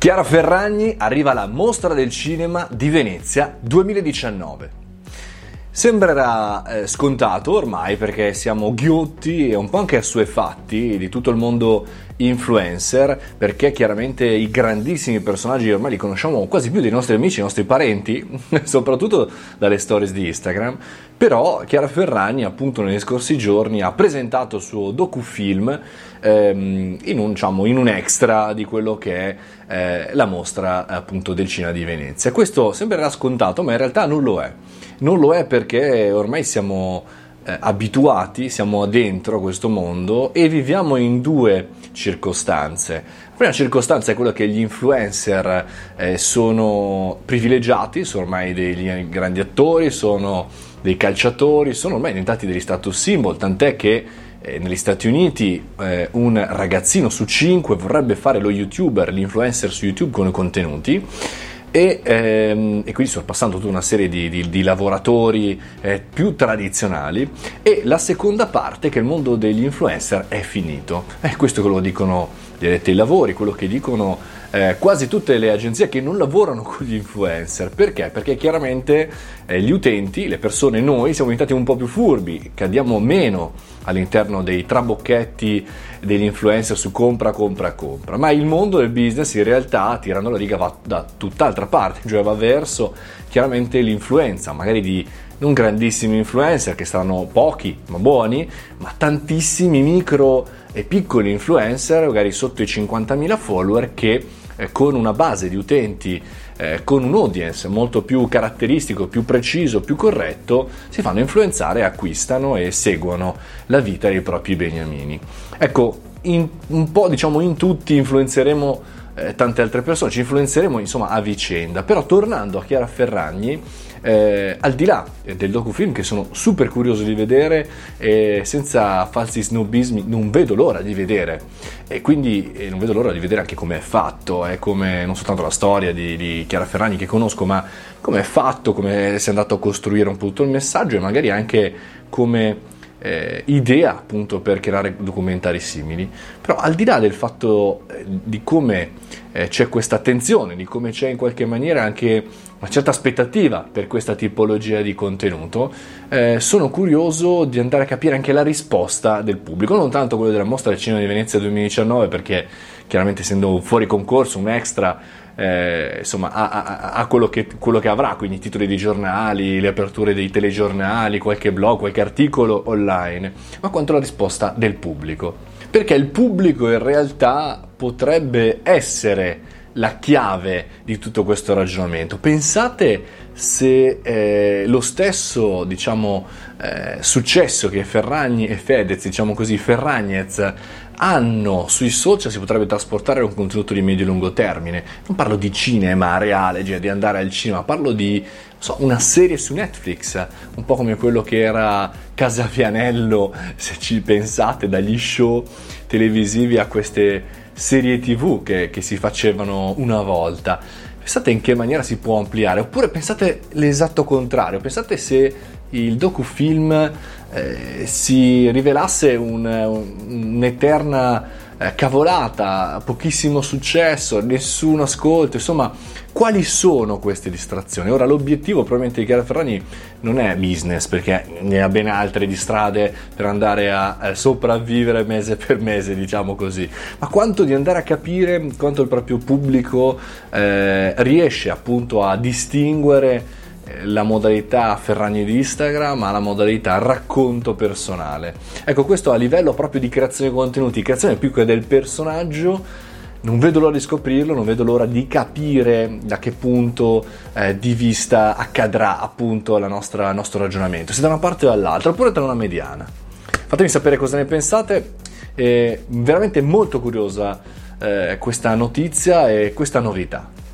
Chiara Ferragni arriva alla Mostra del Cinema di Venezia 2019. Sembrerà scontato ormai perché siamo ghiotti e un po' anche assuefatti di tutto il mondo influencer, perché chiaramente i grandissimi personaggi ormai li conosciamo quasi più dei nostri amici, i nostri parenti, soprattutto dalle stories di Instagram. Però Chiara Ferragni appunto negli scorsi giorni ha presentato il suo docufilm in un extra di quello che è la mostra appunto del cinema di Venezia. Questo sembrerà scontato, ma in realtà non lo è. Non lo è perché ormai siamo abituati, siamo dentro questo mondo e viviamo in due circostanze. La prima circostanza è quella che gli influencer sono privilegiati, sono ormai dei grandi attori, sono dei calciatori, sono ormai diventati degli status symbol, tant'è che negli Stati Uniti un ragazzino su 5 vorrebbe fare lo youtuber, l'influencer su YouTube con i contenuti. E quindi sorpassando tutta una serie di lavoratori più tradizionali. E la seconda parte è che il mondo degli influencer è finito. Questo è quello che dicono gli addetti ai lavori, quello che dicono quasi tutte le agenzie che non lavorano con gli influencer. Perché? Perché chiaramente gli utenti, le persone, noi siamo diventati un po' più furbi, cadiamo meno all'interno dei trabocchetti degli influencer su compra, ma il mondo del business in realtà, tirando la riga, va da tutt'altra parte, cioè va verso chiaramente l'influenza, magari di non grandissimi influencer che saranno pochi ma buoni, ma tantissimi micro e piccoli influencer, magari sotto i 50.000 follower, che con una base di utenti, con un audience molto più caratteristico, più preciso, più corretto, si fanno influenzare, acquistano e seguono la vita dei propri beniamini. Ecco, un po' diciamo in tutti influenzeremo tante altre persone, ci influenzeremo insomma a vicenda. Però tornando a Chiara Ferragni, al di là del docufilm, che sono super curioso di vedere, senza falsi snobismi, non vedo l'ora di vedere, e quindi non vedo l'ora di vedere anche come è fatto, come non soltanto la storia di Chiara Ferragni che conosco, ma come è fatto, come si è andato a costruire un po' tutto il messaggio, e magari anche come idea appunto per creare documentari simili. Però al di là del fatto di come c'è questa attenzione, di come c'è in qualche maniera anche una certa aspettativa per questa tipologia di contenuto, sono curioso di andare a capire anche la risposta del pubblico, non tanto quello della Mostra del Cinema di Venezia 2019, perché chiaramente essendo un fuori concorso, un extra, insomma ha quello che avrà, quindi i titoli dei giornali, le aperture dei telegiornali, qualche blog, qualche articolo online, ma quanto la risposta del pubblico, perché il pubblico in realtà potrebbe essere la chiave di tutto questo ragionamento. Pensate se lo stesso successo che Ferragni e Fedez, diciamo così, Ferragnez hanno sui social, si potrebbe trasportare un contenuto di medio e lungo termine. Non parlo di cinema reale, cioè di andare al cinema, parlo di una serie su Netflix, un po' come quello che era Casabianello, se ci pensate, dagli show televisivi a queste serie TV che si facevano una volta. Pensate in che maniera si può ampliare, oppure pensate l'esatto contrario, pensate se il docufilm si rivelasse un'eterna cavolata, pochissimo successo, nessun ascolto, insomma, quali sono queste distrazioni? Ora, l'obiettivo probabilmente di Chiara Ferragni non è business, perché ne ha ben altre di strade per andare a sopravvivere mese per mese, diciamo così, ma quanto di andare a capire quanto il proprio pubblico riesce appunto a distinguere la modalità Ferragni di Instagram ma la modalità racconto personale. Ecco, questo a livello proprio di creazione di contenuti, creazione più che del personaggio. Non vedo l'ora di scoprirlo, non vedo l'ora di capire da che punto di vista accadrà appunto il nostro ragionamento, se da una parte o dall'altra, oppure tra una mediana. Fatemi sapere cosa ne pensate, è veramente molto curiosa questa notizia e questa novità.